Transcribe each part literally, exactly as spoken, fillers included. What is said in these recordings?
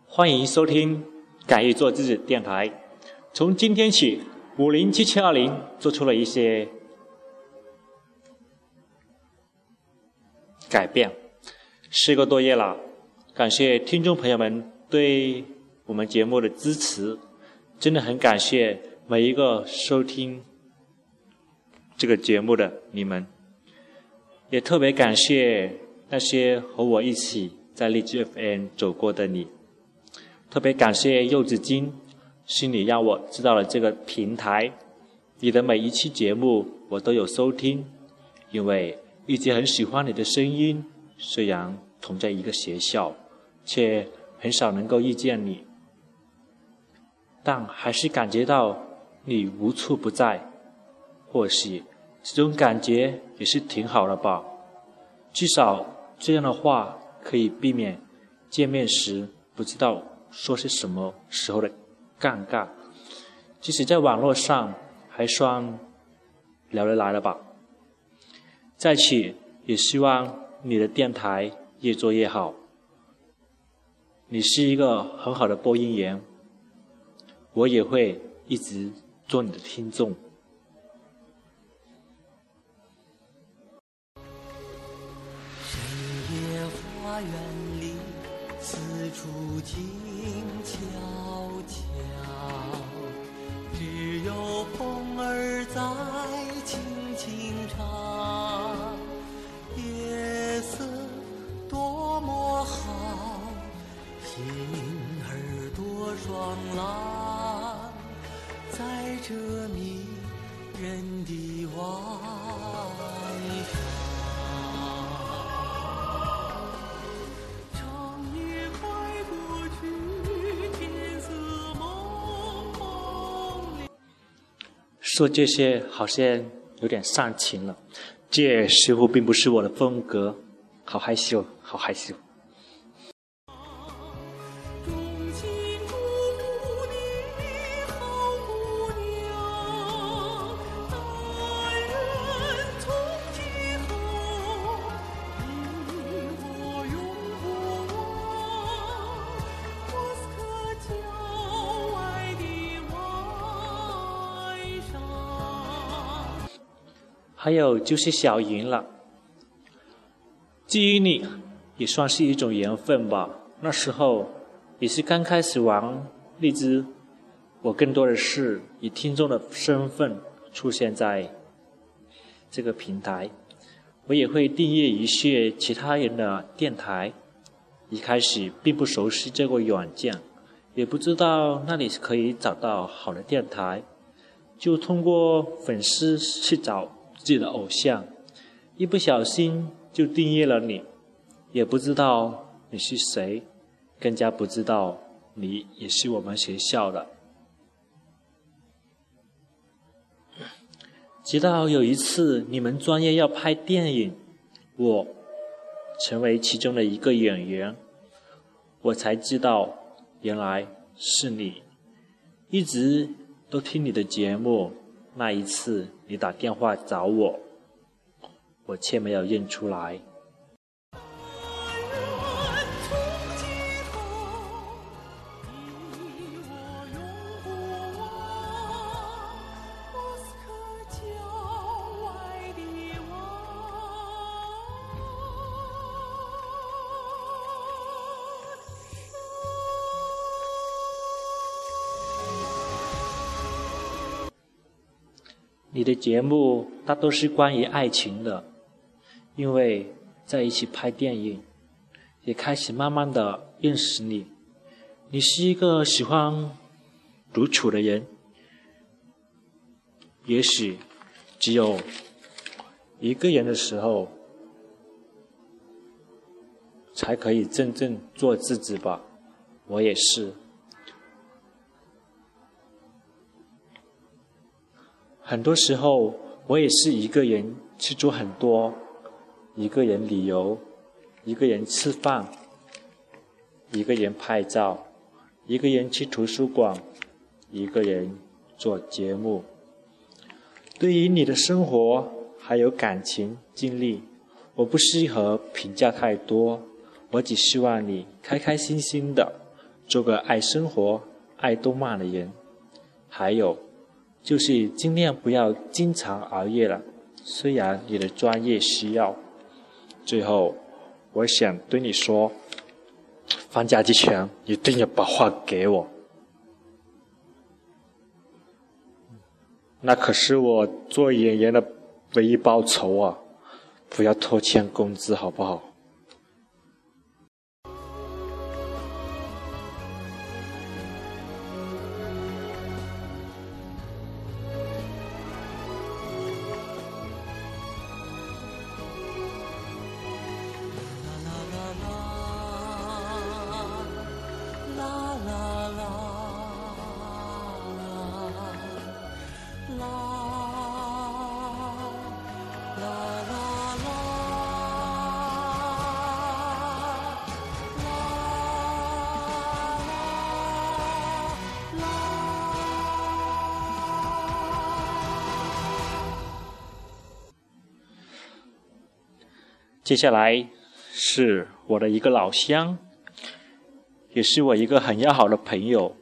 欢迎收听敢于做自己电台。从今天起，五零七七二零做出了一些改变。四个多月了，感谢听众朋友们对我们节目的支持，真的很感谢每一个收听这个节目的你们，也特别感谢那些和我一起在荔枝 F M 走过的你，特别感谢柚子金，是你让我知道了这个平台，你的每一期节目我都有收听，因为一直很喜欢你的声音，虽然同在一个学校，却很少能够遇见你，但还是感觉到你无处不在，或许这种感觉也是挺好的吧，至少这样的话可以避免见面时不知道说些什么时候的尴尬，即使在网络上还算聊得来了吧。在此也希望你的电台越做越好，你是一个很好的播音员，我也会一直做你的听众。 深夜花园里，四处静悄悄，只有风儿在轻轻唱。夜色多么好，心儿多爽朗，在这迷人的晚上。 说这些好像有点煽情了，这似乎并不是我的风格，好害羞，好害羞。还有就是小云了，记忆你也算是一种缘分吧。那时候也是刚开始玩荔枝，我更多的是以听众的身份出现在这个平台，我也会订阅一些其他人的电台。一开始并不熟悉这个软件，也不知道那里可以找到好的电台，就通过粉丝去找自己的偶像，一不小心就订阅了你，也不知道你是谁，更加不知道你也是我们学校的。直到有一次你们专业要拍电影，我成为其中的一个演员，我才知道原来是你，一直都听你的节目。那一次你打电话找我，我却没有认出来。你的节目大都是关于爱情的，因为在一起拍电影，也开始慢慢的认识你。你是一个喜欢独处的人，也许只有一个人的时候，才可以真正做自己吧。我也是。很多时候我也是一个人去做很多，一个人旅游，一个人吃饭，一个人拍照，一个人去图书馆，一个人做节目。对于你的生活还有感情经历，我不适合评价太多，我只希望你开开心心的做个爱生活、爱动漫的人。还有，就是尽量不要经常熬夜了，虽然你的专业需要。最后，我想对你说，放假之前一定要把话给我。那可是我做演员的唯一报酬啊！不要拖欠工资，好不好？接下来是我的一个老乡，也是我一个很要好的朋友。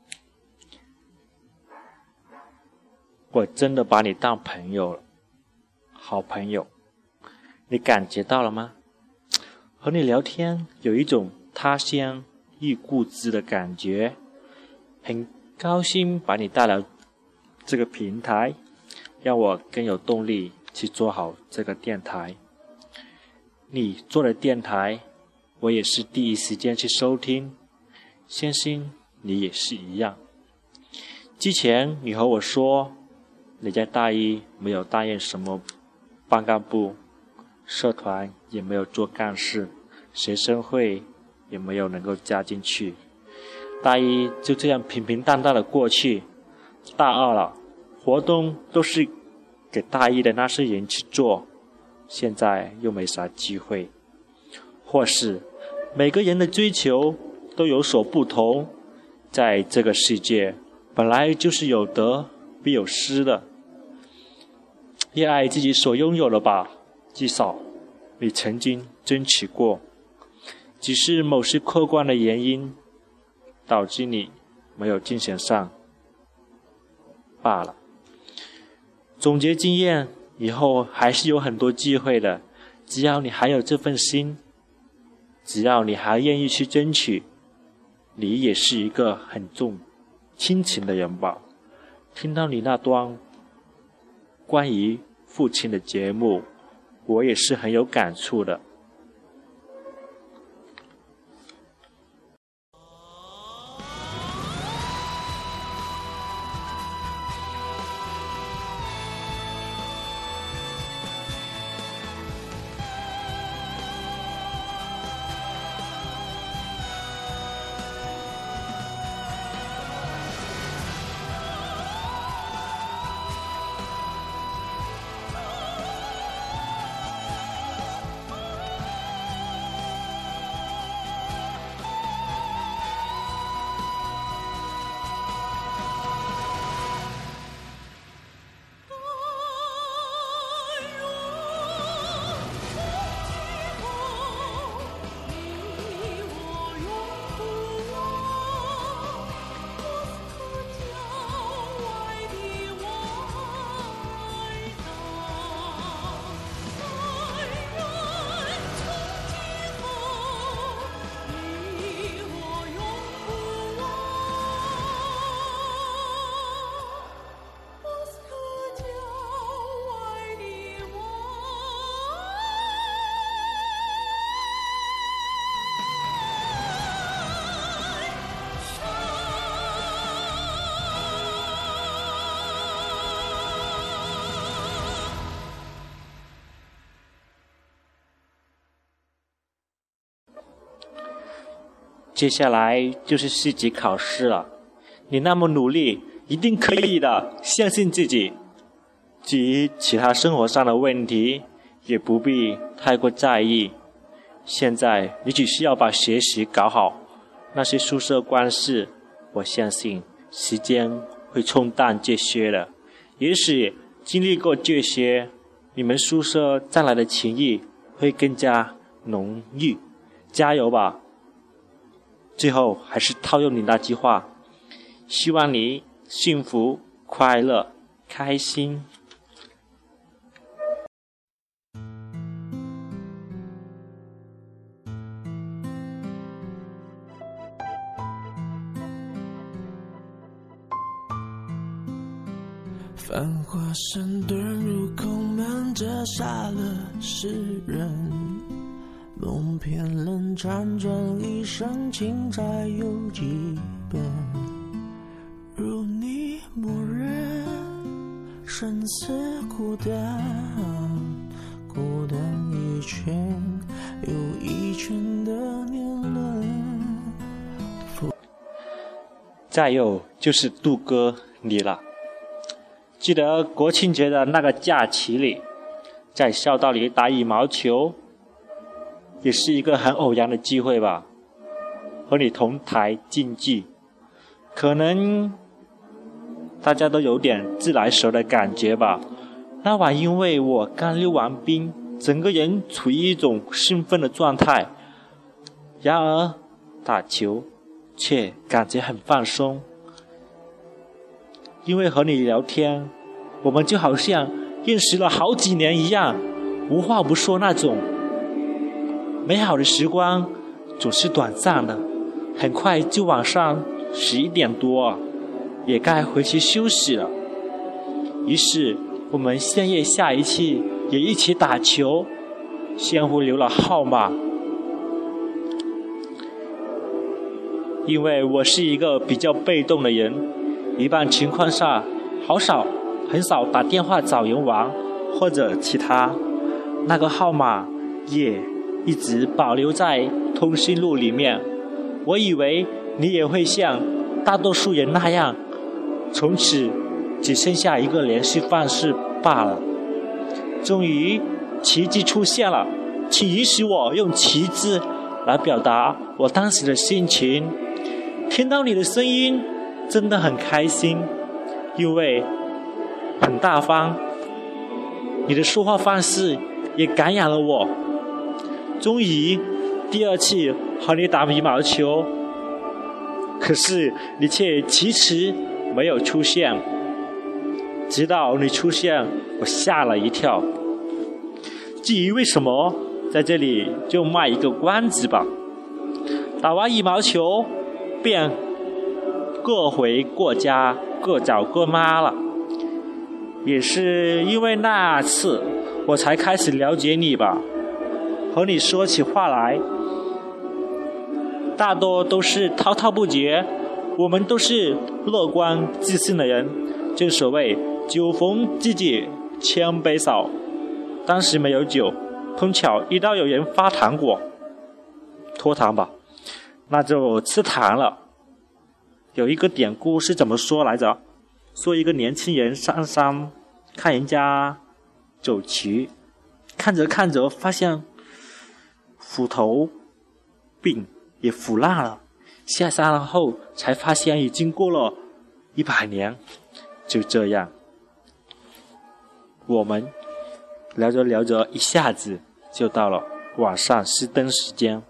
我真的把你当朋友了，好朋友，你感觉到了吗？和你聊天有一种他乡遇故知的感觉，很高兴把你带来这个平台，让我更有动力去做好这个电台。你做的电台，我也是第一时间去收听，相信你也是一样。之前你和我说，你在大一没有担任什么班干部，社团也没有做干事，学生会也没有能够加进去，大一就这样平平淡淡的过去。大二了，活动都是给大一的那些人去做，现在又没啥机会，或是每个人的追求都有所不同，在这个世界本来就是有得必有失的。热爱自己所拥有的吧，至少你曾经争取过，只是某些客观的原因导致你没有竞选上罢了。总结经验，以后还是有很多机会的，只要你还有这份心，只要你还愿意去争取，你也是一个很重亲情的人吧。听到你那段关于父亲的节目，我也是很有感触的。接下来就是四级考试了，你那么努力，一定可以的，相信自己。至于其他生活上的问题，也不必太过在意。现在你只需要把学习搞好，那些宿舍关系，我相信时间会冲淡这些的。也许经历过这些，你们宿舍将来的情谊会更加浓郁。加油吧！ 最后还是套用你那句话，希望你幸福、快乐、开心。 繁华声遁入空门，折煞了世人。梦偏冷辗转一生，情债有几本？如你默认，生死孤单，孤单一圈又一圈的年轮。 再有就是杜哥你了。记得国庆节的那个假期里，在校道里打羽毛球，也是一个很偶然的机会吧，和你同台竞技，可能大家都有点自来熟的感觉吧。那晚因为我刚溜完冰，整个人处于一种兴奋的状态，然而打球却感觉很放松。因为和你聊天，我们就好像认识了好几年一样，无话不说那种。美好的时光总是短暂的，很快就晚上十一点多，也该回去休息了。于是我们相约下一期也一起打球，相互留了号码。因为我是一个比较被动的人，一般情况下好少很少打电话找人玩或者其他，那个号码也一直保留在通讯录里面。我以为你也会像大多数人那样，从此只剩下一个联系方式罢了。终于奇迹出现了，请允许我用奇字来表达我当时的心情。听到你的声音真的很开心，因为很大方，你的说话方式也感染了我。终于第二次和你打羽毛球，可是你却迟迟没有出现，直到你出现，我吓了一跳。至于为什么，在这里就卖一个关子吧。打完羽毛球便各回各家，各找各妈了。也是因为那次我才开始了解你吧，和你说起话来大多都是滔滔不绝。我们都是乐观自信的人，正所谓酒逢知己千杯少。当时没有酒，碰巧遇到有人发糖果，脱糖吧，那就吃糖了。有一个典故是怎么说来着？说一个年轻人上山看人家走棋，看着看着发现斧头柄也腐烂了，下山了后才发现已经过了一百年。就这样，我们聊着聊着，一下子就到了晚上熄灯时间。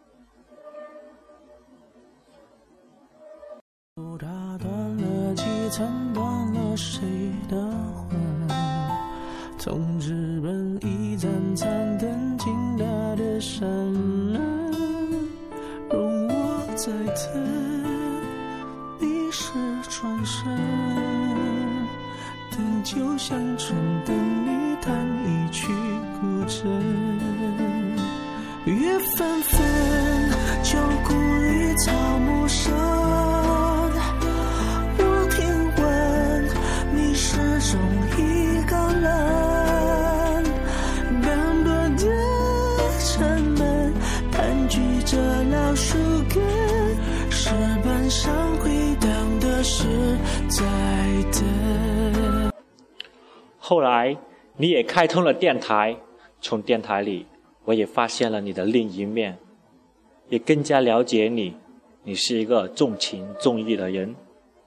打断了几层，断了谁的魂？从日本一盏残灯倾大的山门，容我再等，你是转身，等就像春等你弹一曲古筝，月纷纷，旧故里草木深。中一个人，斑驳的城门盘踞着老树根，石板上回荡的是在等。 后来你也开通了电台，从电台里我也发现了你的另一面，也更加了解你，你是一个重情重义的人。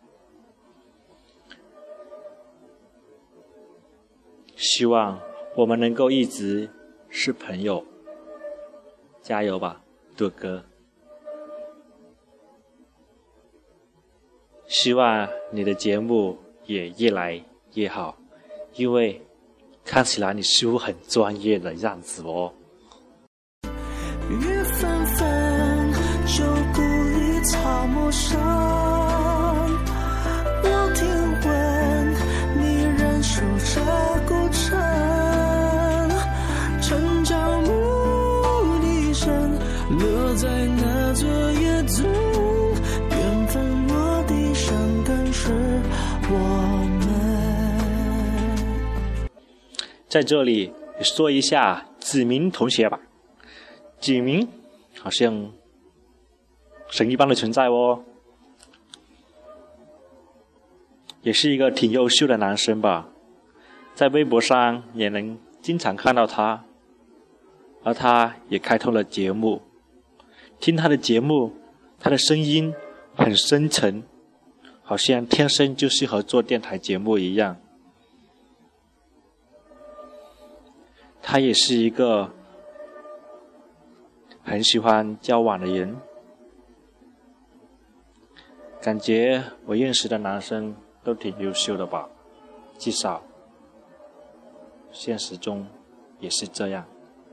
希望我们能够一直是朋友，加油吧，杜哥。 希望你的节目也越来越好，因为看起来你似乎很专业的样子哦。 雨纷纷，旧故里草木深，我听闻你仍守着古城，城郊牧笛声落在那座野中，缘分落地生根是我们。 在这里说一下子明同学吧，子明好像神一般的存在哦，也是一个挺优秀的男生吧，在微博上也能经常看到他，而他也开通了节目，听他的节目，他的声音很深沉，好像天生就适合做电台节目一样。他也是一个很喜欢交往的人，感觉我认识的男生都挺优秀的吧，至少现实中也是这样。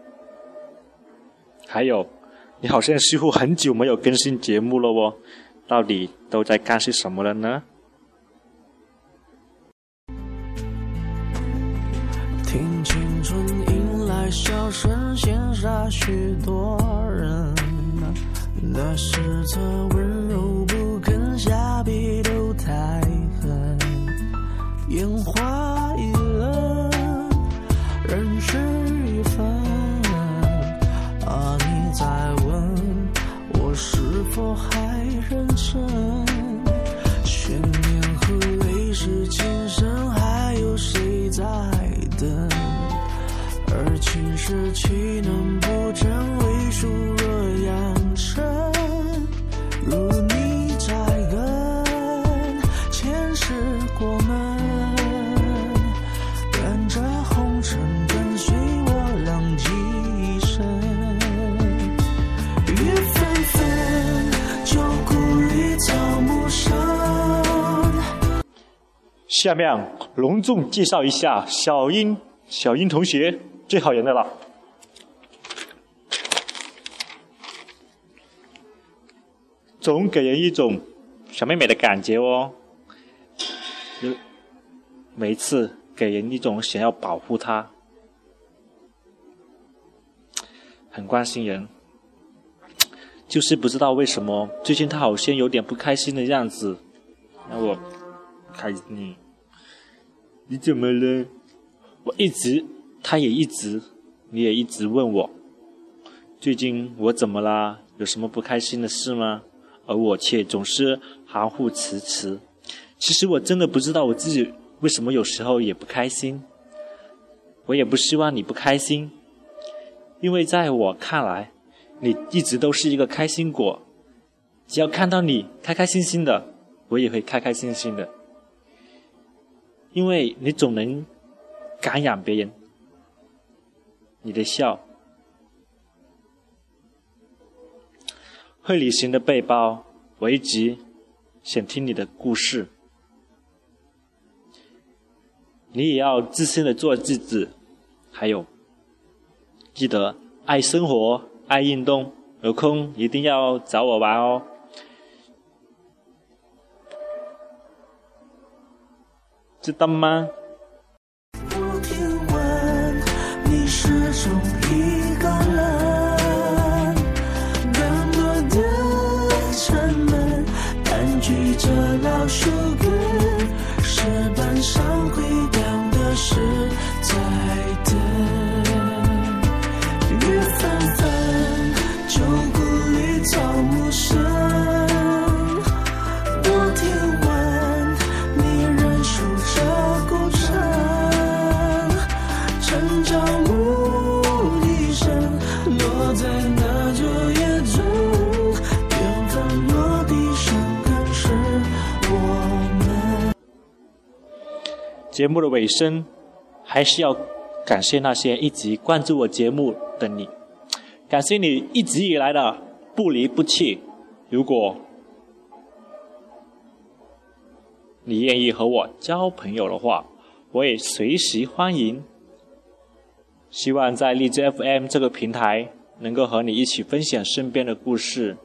还有，你好像似乎很久没有更新节目了哦，到底都在干些什么了呢？ 听青春迎来笑声，羡煞许多人，那是这温柔不肯下笔都太狠，烟花易冷，人事已分，啊你在问我是否还认真，悬念和泪是今生还有谁在等，而情是岂能不真，为数若扬尘，如你在跟前世过门，跟着红尘跟随我浪迹一生，雨纷纷，旧故里草木深。 下面隆重介绍一下小英，小英同学最好人的了。总给人一种小妹妹的感觉哦，每一次给人一种想要保护她，很关心人。就是不知道为什么最近她好像有点不开心的样子。那我开你，你怎么了？我一直，她也一直，你也一直问我，最近我怎么啦？有什么不开心的事吗？而我却总是含糊迟迟。其实我真的不知道我自己为什么有时候也不开心，我也不希望你不开心，因为在我看来你一直都是一个开心果，只要看到你开开心心的，我也会开开心心的，因为你总能感染别人，你的笑。会旅行的背包，我一直想听你的故事。你也要自信的做自己，还有记得爱生活，爱运动，有空一定要找我玩哦。知道吗？ 我听闻你始终一个人，更多的沉闷盘踞着老树根，石板上回荡的是在等。雨纷纷，旧故里草木深，我听闻你仍守着古城，城郊牧笛声落在那座野中，缘分落地生根是我们。 节目的尾声，还是要感谢那些一直关注我节目的你，感谢你一直以来的不离不弃。如果你愿意和我交朋友的话，我也随时欢迎。希望在荔枝 F M 这个平台能够和你一起分享身边的故事，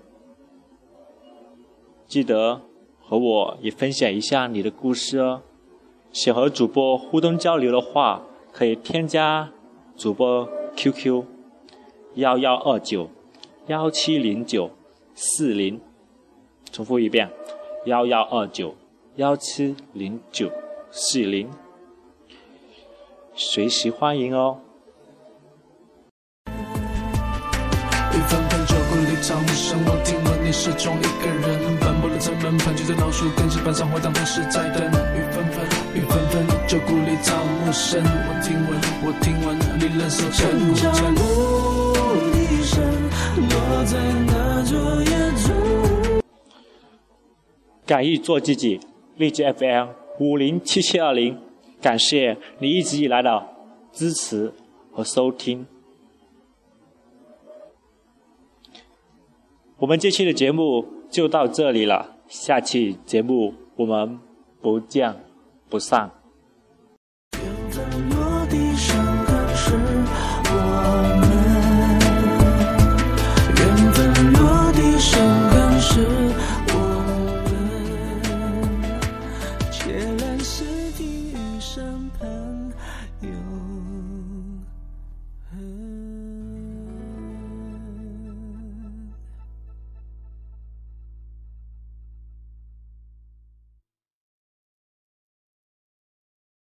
记得和我也分享一下你的故事哦。想和主播互动交流的话，可以添加主播 Q Q 一一二九一七零九四零，重复一遍一一二九一七零九四零，随时欢迎哦。 一分分就故里草木深，我听闻你始终一个人奔波的城门，盘踞在老鼠跟石板上，会当同事在等。一分分一分分就故里草木深，我听闻我听闻你忍受沉沉无力声，落在那昨夜中。 敢于做自己，荔枝 F M 五零七七二零，感谢你一直以来的支持和收听。我们这期的节目就到这里了，下期节目我们不见不散。